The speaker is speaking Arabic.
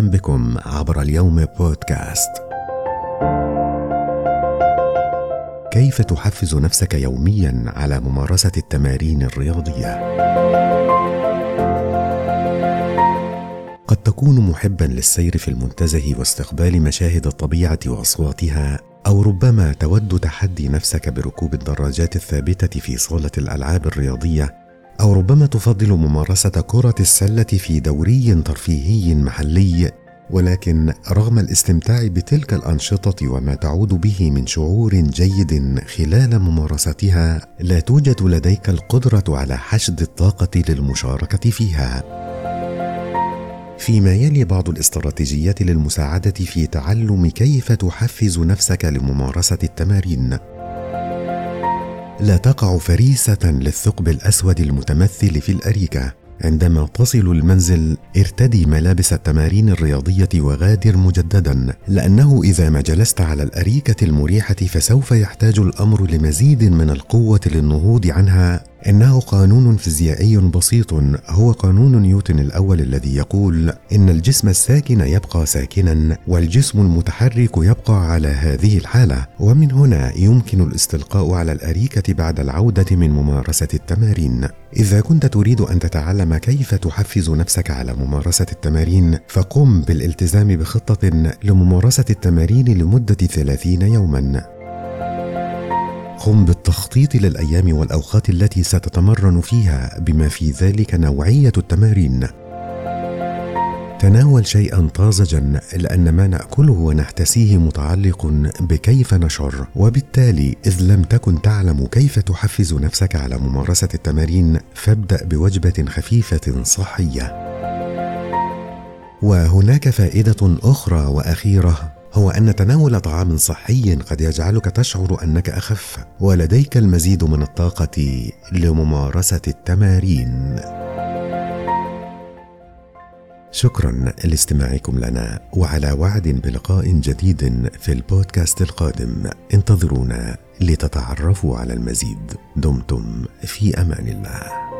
أهلا بكم عبر اليوم بودكاست. كيف تحفز نفسك يوميا على ممارسة التمارين الرياضية؟ قد تكون محبا للسير في المنتزه واستقبال مشاهد الطبيعة وأصواتها، أو ربما تود تحدي نفسك بركوب الدراجات الثابتة في صالة الألعاب الرياضية، أو ربما تفضل ممارسة كرة السلة في دوري ترفيهي محلي. ولكن رغم الاستمتاع بتلك الأنشطة وما تعود به من شعور جيد خلال ممارستها، لا توجد لديك القدرة على حشد الطاقة للمشاركة فيها. فيما يلي بعض الاستراتيجيات للمساعدة في تعلم كيف تحفز نفسك لممارسة التمارين. لا تقع فريسة للثقب الأسود المتمثل في الأريكة. عندما تصل المنزل ارتدي ملابس التمارين الرياضية وغادر مجددا، لأنه إذا ما جلست على الأريكة المريحة فسوف يحتاج الأمر لمزيد من القوة للنهوض عنها. إنه قانون فيزيائي بسيط، هو قانون نيوتن الأول الذي يقول إن الجسم الساكن يبقى ساكنا والجسم المتحرك يبقى على هذه الحالة. ومن هنا يمكن الاستلقاء على الأريكة بعد العودة من ممارسة التمارين. إذا كنت تريد أن تتعلم كيف تحفز نفسك على ممارسة التمارين، فقم بالالتزام بخطة لممارسة التمارين لمدة 30 يوما. قم بالتخطيط للأيام والأوقات التي ستتمرن فيها بما في ذلك نوعية التمارين. تناول شيئا طازجا، لأن ما نأكله ونحتسيه متعلق بكيف نشعر، وبالتالي إذ لم تكن تعلم كيف تحفز نفسك على ممارسة التمارين فابدأ بوجبة خفيفة صحية. وهناك فائدة أخرى وأخيرة، هو أن تناول طعام صحي قد يجعلك تشعر أنك أخف ولديك المزيد من الطاقة لممارسة التمارين. شكرا لاستماعكم لنا، وعلى وعد بلقاء جديد في البودكاست القادم. انتظرونا لتتعرفوا على المزيد. دمتم في أمان الله.